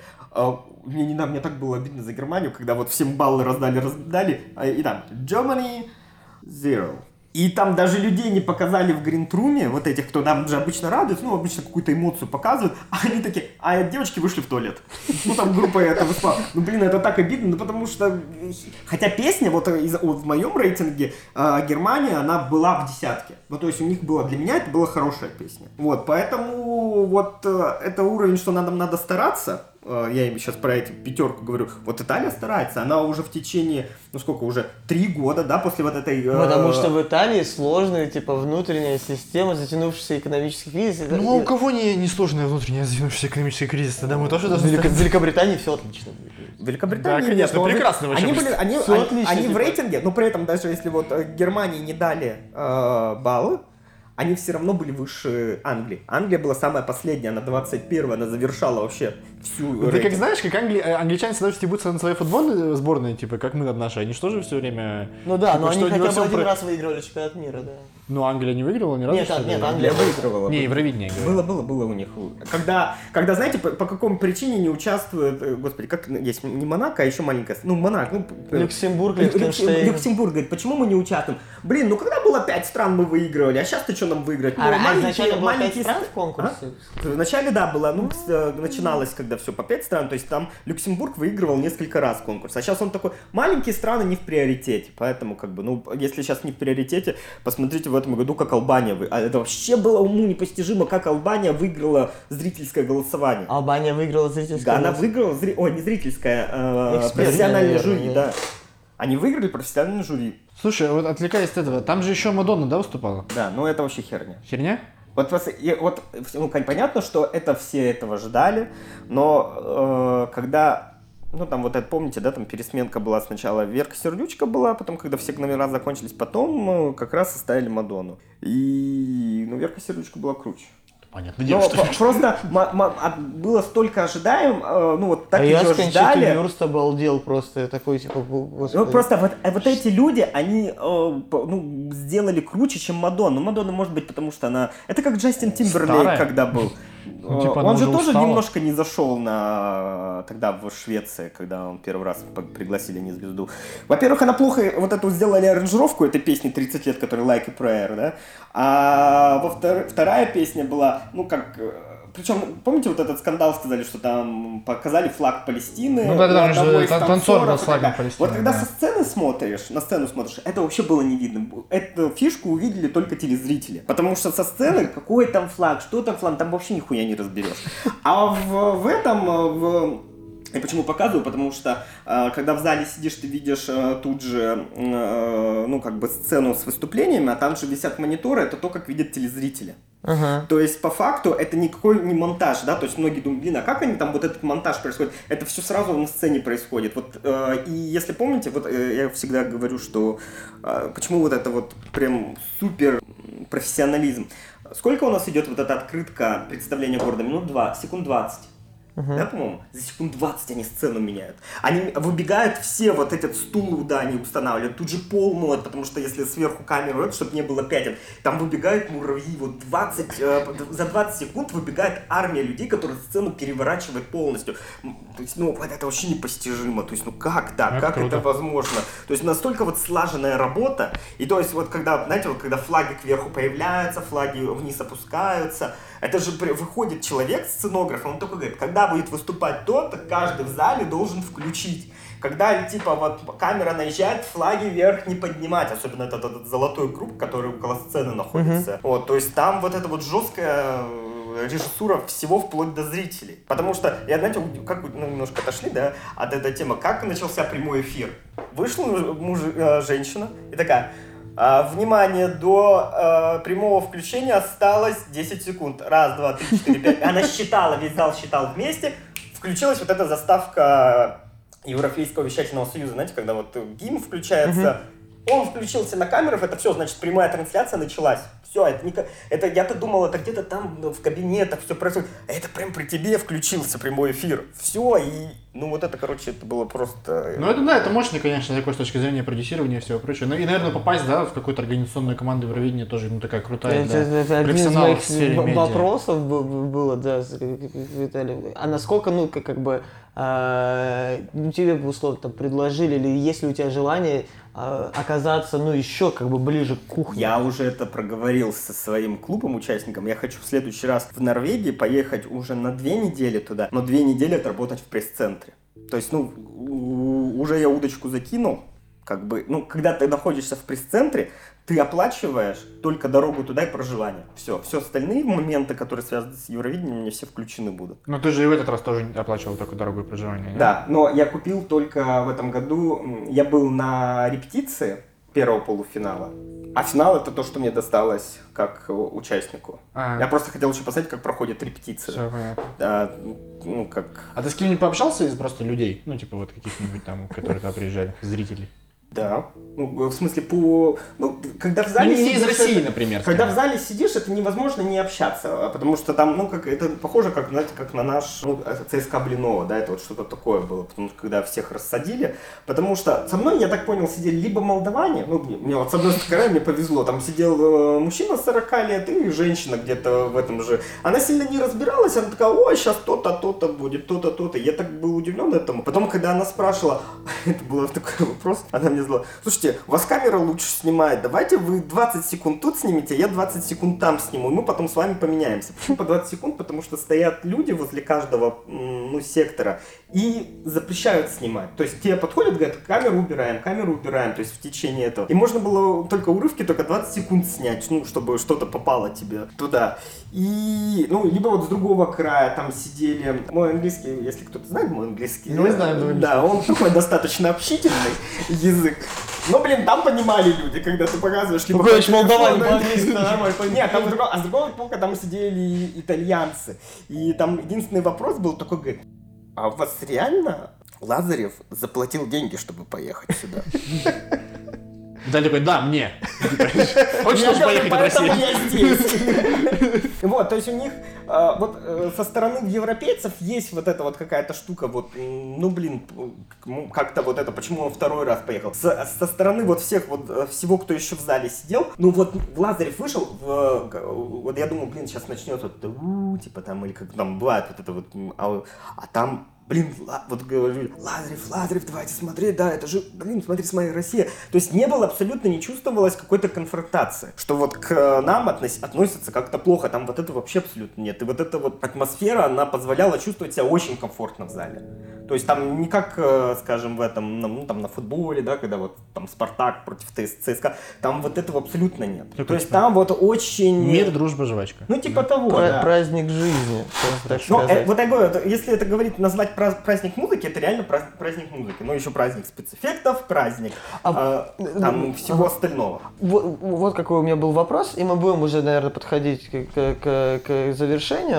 мне так было обидно за Германию, когда вот всем баллы раздали, и там Germany 0. И там даже людей не показали в гринтруме, вот этих, кто нам же обычно радуется, ну, обычно какую-то эмоцию показывают, а они такие, девочки вышли в туалет. Ну, там группа это выступала. Ну, блин, это так обидно, ну, потому что, хотя песня, вот в моем рейтинге, Германия, она была в десятке. Ну, то есть у них было, для меня это была хорошая песня. Вот, поэтому вот это уровень, что надо стараться. Я им сейчас про эту пятерку говорю. Вот Италия старается, она уже в течение, ну сколько, уже 3 года, да, после вот этой... Потому что в Италии сложная, типа, внутренняя система, затянувшийся экономический кризис. Ну, а у кого не сложная внутренняя затянувшийся экономический кризис? Тогда мы тоже должны... В Великобритании все отлично. Великобритания, да, конечно, прекрасно вообще. Они в рейтинге, но при этом даже если вот Германии не дали баллы, они все равно были выше Англии. Англия была самая последняя, она 21-я, она завершала вообще всю... Ты как знаешь, как англичане всегда стебутся на своей футбольной сборной, типа, как мы над нашей, они что же все время... Ну да, но они хотя бы один раз выигрывали чемпионат мира, да. Ну, Англия не выигрывала ни разу? Нет, Англия выигрывала. Не, Евровидение, говорю. Было у них. Когда, знаете, по какой причине не участвует, господи, как есть не Монако, а еще маленькая, ну, Монако, Люксембург, Лихтенштейн. Люксембург говорит, почему мы не участвуем? Блин, ну когда было 5 стран, мы выигрывали, а сейчас-то что нам выиграть? Изначально было 5 стран в конкурсе? Вначале, да, было, ну, начиналось, когда все по 5 стран, то есть там Люксембург выигрывал несколько раз конкурс, а сейчас он такой, маленькие страны не в приоритете, поэтому, как бы, ну, если сейчас не в приоритете, посмотрите в этом году, как Албания выиграла. А это вообще было уму непостижимо, как Албания выиграла зрительское голосование. Албания выиграла зрительское голосование? Да, она выиграла, не зрительское, профессиональное жюри, да. Они выиграли профессиональное жюри. Слушай, вот отвлекаясь от этого, там же еще Мадонна, да, выступала? Да, ну это вообще херня. Херня? Вот, ну, понятно, что это все этого ждали, но когда... Ну, там вот это, помните, да, там пересменка была сначала, Верка Сердючка была, потом, когда все номера закончились, потом как раз составили Мадонну. И, ну, Верка Сердючка была круче. Понятно, девушка. Просто было столько ожидаем, ну, вот так ее ждали. Я с Верст обалдел просто, такой, типа, господи. Ну, просто вот эти люди, они, ну, сделали круче, чем Мадонна. Ну, Мадонна, может быть, потому что она... Это как Джастин Тимберлейк, когда был. Ну, типа, он же тоже немножко не зашел тогда в Швеции, когда он первый раз пригласили не звезду. Во-первых, она плохо вот эту сделали аранжировку этой песни 30 лет, которая Like a Prayer, да? А вторая песня была, ну как... Причем, помните, вот этот скандал, сказали, что там показали флаг Палестины. Ну да, же танцор был с флагом Палестины. Вот когда со сцены смотришь, на сцену смотришь, это вообще было не видно. Эту фишку увидели только телезрители. Потому что со сцены, какой там флаг, что там флаг, там вообще нихуя не разберешь. А в этом... Я почему показываю? Потому что, когда в зале сидишь, ты видишь тут же, ну, как бы сцену с выступлениями, а там же висят мониторы, это то, как видят телезрители. То есть, по факту, это никакой не монтаж, да, то есть многие думают, блин, а как они там, вот этот монтаж происходит? Это все сразу на сцене происходит. Вот, и если помните, вот я всегда говорю, что почему вот это вот прям супер профессионализм. Сколько у нас идет вот эта открытка представления города? Минут 20, секунд 20. да, по-моему, за секунд 20 они сцену меняют. Они выбегают все, вот этот стул, да, они устанавливают, тут же пол моют, потому что если сверху камеру, чтобы не было пятен, там выбегают муравьи, вот за 20 секунд выбегает армия людей, которые сцену переворачивают полностью. То есть, ну, это вообще непостижимо, то есть, ну, как так, как это возможно? То есть, настолько вот слаженная работа, и то есть, вот когда, знаете, вот когда флаги кверху появляются, флаги вниз опускаются, это же выходит человек, сценограф, он только говорит, когда будет выступать то-то, каждый в зале должен включить. Когда, типа, вот камера наезжает, флаги вверх не поднимать, особенно этот золотой круг, который около сцены находится. Вот, то есть там вот эта вот жесткая режиссура всего вплоть до зрителей. Потому что, я, знаете, как немножко отошли, да, от этой темы, как начался прямой эфир. Вышла женщина и такая... Внимание, до прямого включения осталось 10 секунд. Раз, два, три, 4, 5. Она считала, весь зал считал вместе. Включилась вот эта заставка Европейского вещательного союза. Знаете, когда вот гимн включается, он включился на камерах, это все, значит, прямая трансляция началась. Все, это я-то думал, это где-то там в кабинетах все происходит. А это прям при тебе включился прямой эфир. Все, и, ну, вот это, короче, это было просто... Ну, это, да, это мощно, конечно, такой с точки зрения продюсирования и всего прочего. Ну, и, наверное, попасть, да, в какую-то организационную команду Евровидения тоже, ну, такая крутая, это профессионал в сфере медиа. Вопросов было, да, Виталий. А насколько, ну, как бы, тебе, условно, там, предложили, или есть ли у тебя желание оказаться, ну, еще, как бы, ближе к кухне? Я уже это проговорил со своим клубом, участником. Я хочу в следующий раз в Норвегии поехать уже на 2 недели туда, но 2 недели отработать в пресс-центре. То есть, ну, уже я удочку закинул, как бы, ну, когда ты находишься в пресс-центре, ты оплачиваешь только дорогу туда и проживание. Все остальные моменты, которые связаны с Евровидением, мне все включены будут. Но ты же и в этот раз тоже оплачивал только дорогу и проживание, нет? Да, но я купил только в этом году, я был на репетиции первого полуфинала, а финал это то, что мне досталось как участнику. Я просто хотел еще посмотреть, как проходит репетиция. Все понятно. Да, ну, как... А ты с кем-нибудь пообщался из просто людей? Ну, типа вот каких-нибудь там, которые туда приезжали, зрителей? Да. Ну, в смысле, ну, когда в зале сидишь... Не из России, например. Когда в зале сидишь, это невозможно не общаться, потому что там, ну, как это похоже, как, знаете, как на наш, ну, ЦСКА Блинова, да, это вот что-то такое было, потому что когда всех рассадили, потому что со мной, я так понял, сидели либо молдаване, ну, мне вот с одной стороны мне повезло, там сидел мужчина 40 лет и женщина где-то в этом же, она сильно не разбиралась, она такая, ой, сейчас то-то, то-то будет, то-то, то-то, я так был удивлен этому, потом, когда она спрашивала, это был такой вопрос, она мне сказала, слушайте, у вас камера лучше снимает, давайте вы 20 секунд тут снимите, я 20 секунд там сниму, и мы потом с вами поменяемся. Почему по 20 секунд? Потому что стоят люди возле каждого, ну, сектора и запрещают снимать. То есть тебе подходят, говорят, камеру убираем, то есть в течение этого. И можно было только урывки, только 20 секунд снять, ну, чтобы что-то попало тебе туда. И, ну, либо вот с другого края там сидели, мой английский, если кто-то знает мой английский. Мы знаем, да, он такой достаточно общительный язык. Но, блин, там понимали люди, когда ты показываешь... Ну, конечно, молдаване по-английски нормально. Нет, там с другого бока там сидели итальянцы. И там единственный вопрос был такой, говорит, а у вас реально Лазарев заплатил деньги, чтобы поехать сюда? Да, такой, да, мне. Хочешь поехать в Россию? Поэтому я здесь. Вот, то есть у них вот со стороны европейцев есть вот эта вот какая-то штука, вот, ну, блин, как-то вот это, почему он второй раз поехал. Со стороны вот всех, вот, всего, кто еще в зале сидел, ну, вот Лазарев вышел, вот я думал, блин, сейчас начнется, типа там, или как там бывает вот это вот, а там... Блин, вот говорю, Лазарев, давайте смотреть, да, это же, блин, смотри, смотри, Россия. То есть не было абсолютно, не чувствовалось какой-то конфронтации, что вот к нам относятся как-то плохо, там вот этого вообще абсолютно нет. И вот эта вот атмосфера, она позволяла чувствовать себя очень комфортно в зале. То есть там не как, скажем, в этом, ну, там на футболе, да, когда вот там Спартак против ЦСКА, там вот этого абсолютно нет. То есть там вот очень... Мир, дружба, жвачка. Ну, типа того, да. Праздник жизни, так ну, сказать. вот я говорю, если это говорить, назвать праздник музыки, это реально праздник музыки. Но еще праздник спецэффектов, праздник там всего остального. Вот какой у меня был вопрос, и мы будем уже, наверное, подходить к завершению.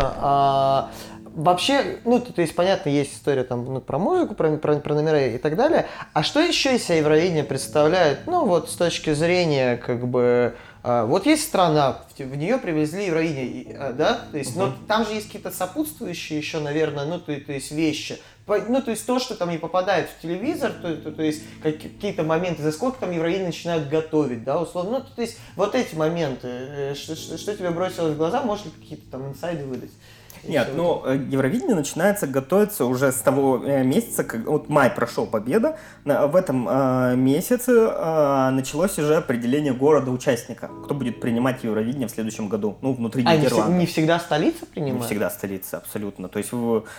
Вообще, ну, то есть, понятно, есть история там, ну, про музыку, про номера и так далее. А что еще из себя Евровидение представляет, ну, вот, с точки зрения, как бы, Вот есть страна, в нее привезли Евровидение, да, то есть, но там же есть какие-то сопутствующие еще, наверное, ну, то есть вещи. Ну, то есть то, что там не попадает в телевизор, то есть какие-то моменты, за сколько там Евровидение начинают готовить, да, условно. Ну, то есть вот эти моменты, что тебе бросилось в глаза, можешь ли какие-то там инсайды выдать? Нет, ну, Евровидение начинается готовиться уже с того месяца, как вот май прошел победа, в этом месяце началось уже определение города-участника, кто будет принимать Евровидение в следующем году, ну, внутри Нидерландов. Не всегда столица принимает? Не всегда столица, абсолютно. То есть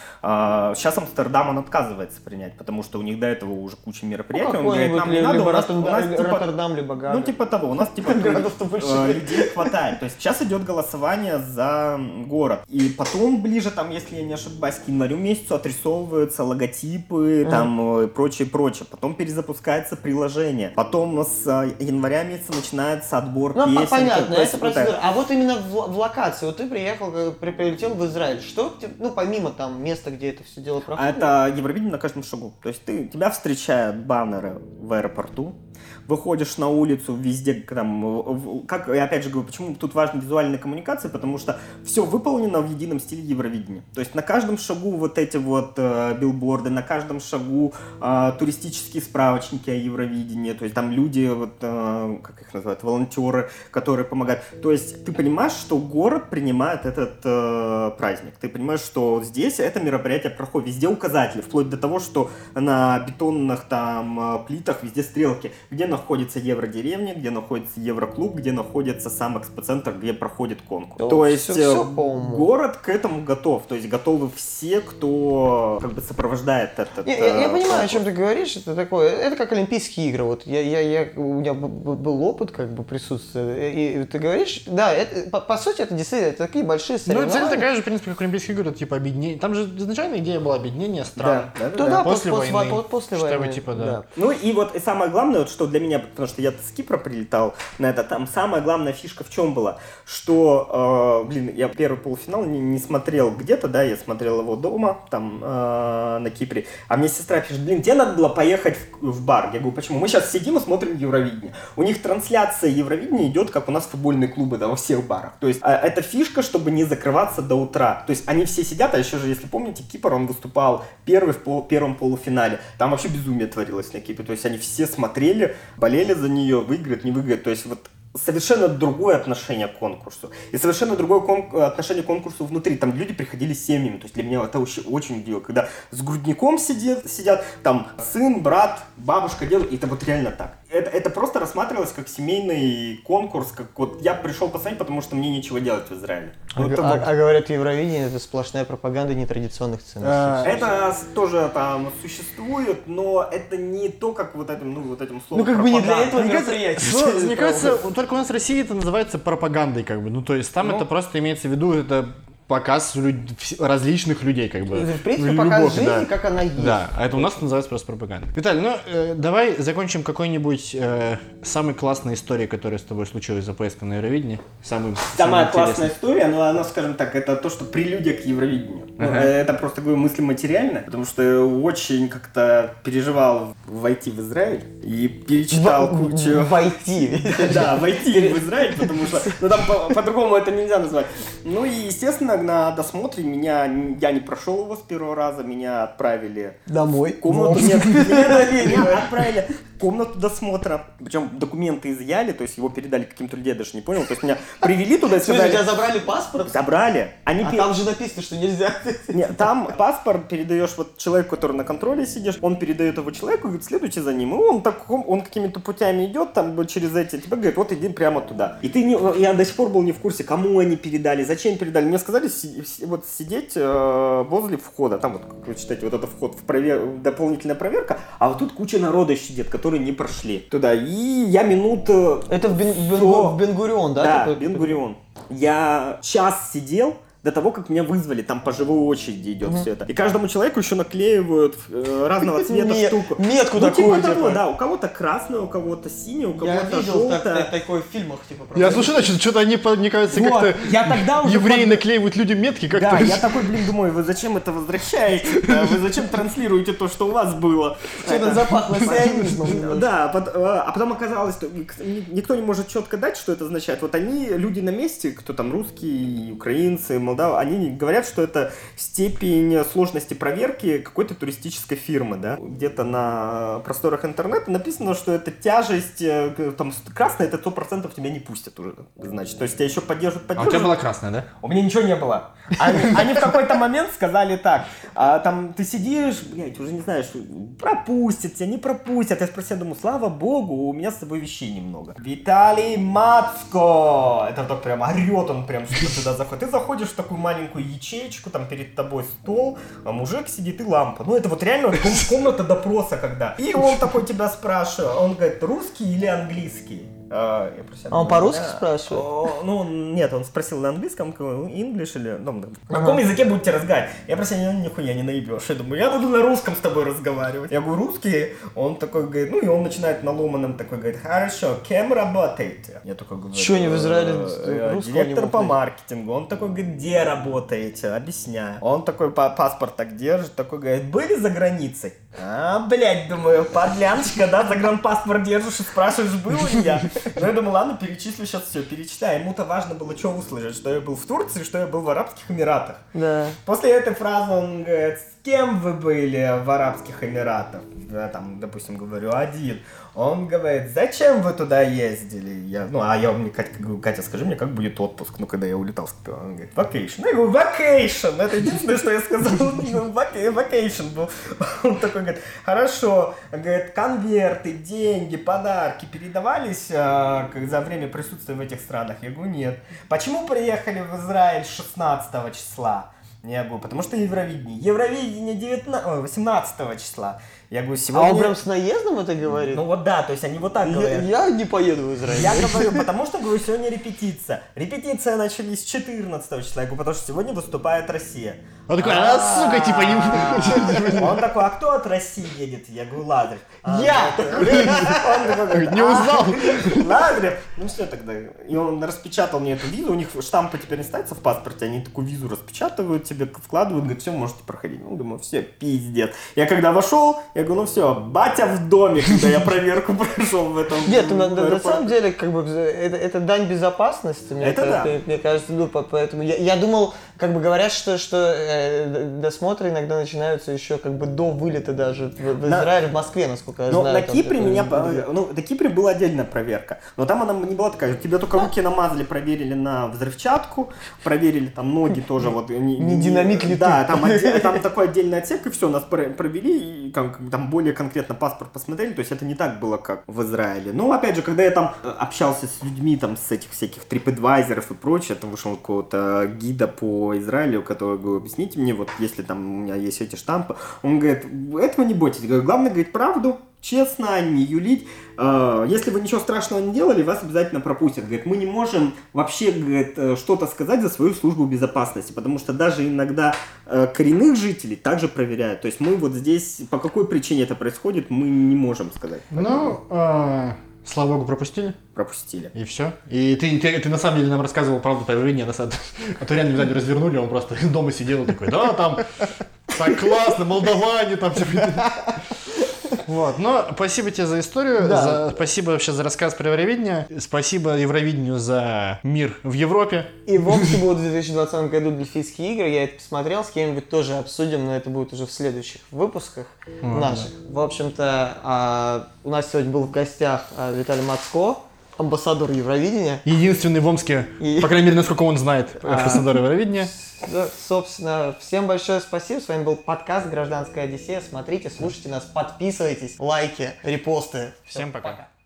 сейчас Амстердам он отказывается принять, потому что у них до этого уже куча мероприятий. Ну, он говорит, нам не надо, у нас Роттердам, либо Гага. Ну, типа того, у нас типа людей хватает. То есть сейчас идет голосование за город. И потом ближе, там, если я не ошибаюсь, к январю месяцу отрисовываются логотипы, там, и прочее. Потом перезапускается приложение. Потом с января месяца начинается отбор песен. Ну, понятно, это процедура. А вот именно в локации, вот ты прилетел в Израиль, что, ну, помимо там места, где это все дело проходит? Это Евровидение на каждом шагу. То есть тебя встречают баннеры в аэропорту, выходишь на улицу, везде там, как я опять же говорю, почему тут важна визуальная коммуникация, потому что все выполнено в едином стиле Евровидения. То есть на каждом шагу вот эти вот билборды, на каждом шагу туристические справочники о Евровидении, то есть там люди, вот, как их называют, волонтеры, которые помогают. То есть ты понимаешь, что город принимает этот праздник, ты понимаешь, что здесь это мероприятие проходит, везде указатели, вплоть до того, что на бетонных там плитах везде стрелки, где находится Евродеревня, где находится Евроклуб, где находится сам экспоцентр, где проходит конкурс. То есть город к этому готов. То есть готовы все, кто как бы сопровождает этот Я понимаю, о чем ты говоришь. Это такое. Это как Олимпийские игры. Вот у меня был опыт как бы присутствия. И ты говоришь, да, по сути это действительно это такие большие соревнования. Ну, цель такая же, в принципе, как Олимпийские игры, это типа объединение. Там же изначально идея была объединение стран. Да, после войны. После войны. Типа, да. Ну и вот и самое главное, вот, что для меня, потому что я с Кипра прилетал на это, там самая главная фишка в чем была, что, я первый полуфинал не смотрел где-то, да, я смотрел его дома, там, на Кипре, а мне сестра пишет, тебе надо было поехать в бар. Я говорю, почему? Мы сейчас сидим и смотрим Евровидение. У них трансляция Евровидения идет, как у нас футбольные клубы, да, во всех барах. То есть это фишка, чтобы не закрываться до утра. То есть они все сидят, а еще же, если помните, Кипр, он выступал первый в первом полуфинале. Там вообще безумие творилось на Кипре. То есть они все смотрели, болели за нее, выиграет, не выиграет. То есть вот совершенно другое отношение к конкурсу. И совершенно другое отношение к конкурсу внутри. Там люди приходили с семьями. То есть для меня это очень удивило. Когда с грудником сидят, там сын, брат, бабушка делают. И это вот реально так. Это просто рассматривалось как семейный конкурс. Как вот я пришел посмотреть, потому что мне нечего делать в Израиле. А говорят, Евровидение это сплошная пропаганда нетрадиционных ценностей. Это тоже там существует, но это не то, как вот этим словом. Ну как бы не для этого мероприятия. Мне кажется, только у нас в России это называется пропагандой, как бы. Ну, то есть там это просто имеется в виду, это показ различных людей, как бы. В принципе, показ жизни, как она есть. Да, а это у нас называется просто пропаганда. Виталий, давай закончим какой-нибудь самой классной историей, которая с тобой случилась за поездкой на Евровидение. Самая классная история, но она, скажем так, это то, что прелюдия к Евровидению. Это просто такое мыслиматериально, потому что я очень как-то переживал войти в Израиль и перечитал кучу... Войти. Да, войти в Израиль, потому что там по-другому это нельзя назвать. Ну и, естественно, на досмотре я не прошел его с первого раза, меня отправили домой. В комнату. Нет, меня отправили в комнату досмотра. Причем документы изъяли, то есть его передали каким-то людям, я даже не понял. То есть меня привели туда и сказали... Тебя забрали паспорт? Забрали. Там же написано, что нельзя. Нет, там паспорт передаешь вот человеку, который на контроле сидишь, он передает его человеку и говорит, следуйте за ним. И он какими-то путями идет, там через эти, тебе говорит, вот иди прямо туда. И я до сих пор был не в курсе, кому они передали, зачем передали. Мне сказали вот сидеть возле входа, там вот, как вы читаете, вот это вход в дополнительная проверка, а вот тут куча народа сидит, которые не прошли туда. И я минут... Это в Бен-Гурион, да? Да, Бен-Гурион. Я час сидел, до того, как меня вызвали, там по живой очереди идет все это. И каждому человеку еще наклеивают разного цвета штуку. Метку ну, такую, типа того, да, у кого-то красную, у кого-то синюю, у кого-то желтая. такое в фильмах, типа. Я слушаю, значит, что-то они, мне кажется, вот, как-то я тогда уже евреи наклеивают людям метки как-то. Да, я такой, думаю, вы зачем это возвращаете? Вы зачем транслируете то, что у вас было? Что-то запахло сионизмом. Да, а потом оказалось, что никто не может четко дать, что это означает. Вот они, люди на месте, кто там русские, украинцы, молдавы, они говорят, что это степень сложности проверки какой-то туристической фирмы, да. Где-то на просторах интернета написано, что это тяжесть, там, красная, это 100% тебя не пустят уже, значит. То есть тебя еще поддержат. А у тебя была красная, да? У меня ничего не было. Они в какой-то момент сказали так, там ты сидишь, блядь, уже не знаешь, пропустят тебя, не пропустят. Я спросил, думаю, слава богу, у меня с собой вещей немного. Виталий Мацко! Это так прям орет, он прям туда заходит. Ты заходишь в такую маленькую ячеечку, там перед тобой стол, а мужик сидит и лампа. Ну это вот реально комната допроса когда. И он такой тебя спрашивает, он говорит, русский или английский? А он по-русски спрашивает? Ну, нет, он спросил на английском, English или... Ну, на каком языке будете разговаривать? Я просто нихуя не наебешь. Я думаю, я буду на русском с тобой разговаривать. Я говорю, русский? Он такой говорит, ну, и он начинает на ломаном такой, говорит, хорошо, кем работаете? Я такой говорю... Что, не в Израиле русского директор по маркетингу. Он такой говорит, где работаете? Объясняю. Он такой паспорт так держит, такой говорит, были за границей? Блядь, думаю, подляночка, да, загранпаспорт держишь и спрашиваешь, был ли я? Ну, я думаю, ладно, перечислю сейчас все, перечисляю. Ему-то важно было что услышать, что я был в Турции, что я был в Арабских Эмиратах. Да. После этой фразы он говорит, с кем вы были в Арабских Эмиратах? Я там, допустим, говорю, один. Он говорит, зачем вы туда ездили? Я мне Катя говорю, Катя, скажи мне, как будет отпуск, ну, когда я улетал с КП. Он говорит, vacation. Я говорю, vacation. Это единственное, что я сказал. Vacation был. Он такой говорит, хорошо. Говорит, конверты, деньги, подарки передавались за время присутствия в этих странах? Я говорю, нет. Почему приехали в Израиль 16 числа? Я говорю, потому что Евровидение. Евровидение 18 числа. Я говорю, сегодня... А он прям с наездом это говорит? Ну вот да, то есть они вот так говорят. Я не поеду в Израиль. Я говорю, потому что, говорю, сегодня репетиция. Репетиция начались 14 числа. Я говорю, потому что сегодня выступает Россия. Он такой, сука, типа не... Он такой, а кто от России едет? Я говорю, Лазарев. Я! Он такой, Не узнал. Лазарев? Ну все тогда. И он распечатал мне эту визу. У них штампы теперь не ставятся в паспорте. Они такую визу распечатывают, тебе вкладывают, говорят, все, можете проходить. Ну, думаю, все, пиздец. Я когда вошел, я говорю, ну все, батя в доме, когда я проверку прошел в этом. Нет, на самом деле, как бы, это дань безопасности, мне кажется, ну, поэтому я думал, как бы говорят, что досмотры иногда начинаются еще как бы до вылета даже в Израиль, в Москве, насколько я знаю. На Кипре на Кипре была отдельная проверка, но там она не была такая, тебе только руки намазали, проверили на взрывчатку, проверили там ноги тоже, вот. Не динамит ли ты? Да, там такой отдельный отсек, и все, нас провели, и там более конкретно паспорт посмотрели, то есть это не так было, как в Израиле. Но опять же, когда я там общался с людьми, там, с этих всяких TripAdvisor'ов и прочее, там вышел какого-то гида по Израилю, который говорит, объясните мне, вот если там у меня есть эти штампы, он говорит, этого не бойтесь, главное говорить правду, честно, не юлить. Если вы ничего страшного не делали, вас обязательно пропустят. Говорит, мы не можем вообще, говорит, что-то сказать за свою службу безопасности, потому что даже иногда коренных жителей также проверяют. То есть мы вот здесь, по какой причине это происходит, мы не можем сказать. Ну, слава богу, пропустили? Пропустили. И все. И ты на самом деле нам рассказывал правду про Евровидение, а то реально взяли, развернули, он просто дома сидел и такой, да, там так классно, молдаване, там все. Вот, но спасибо тебе за историю, спасибо вообще за рассказ про Евровидение, спасибо Евровидению за мир в Европе. И в Омске будут в 2020 году Дельфийские игры, я это посмотрел, с кем-нибудь тоже обсудим, но это будет уже в следующих выпусках наших. Да. В общем-то, у нас сегодня был в гостях Виталий Мацко, амбассадор Евровидения. Единственный в Омске, по крайней мере, насколько он знает, амбассадор Евровидения. Собственно, всем большое спасибо. С вами был подкаст «Гражданская Одиссея». Смотрите, слушайте нас, подписывайтесь, лайки, репосты. Всем пока.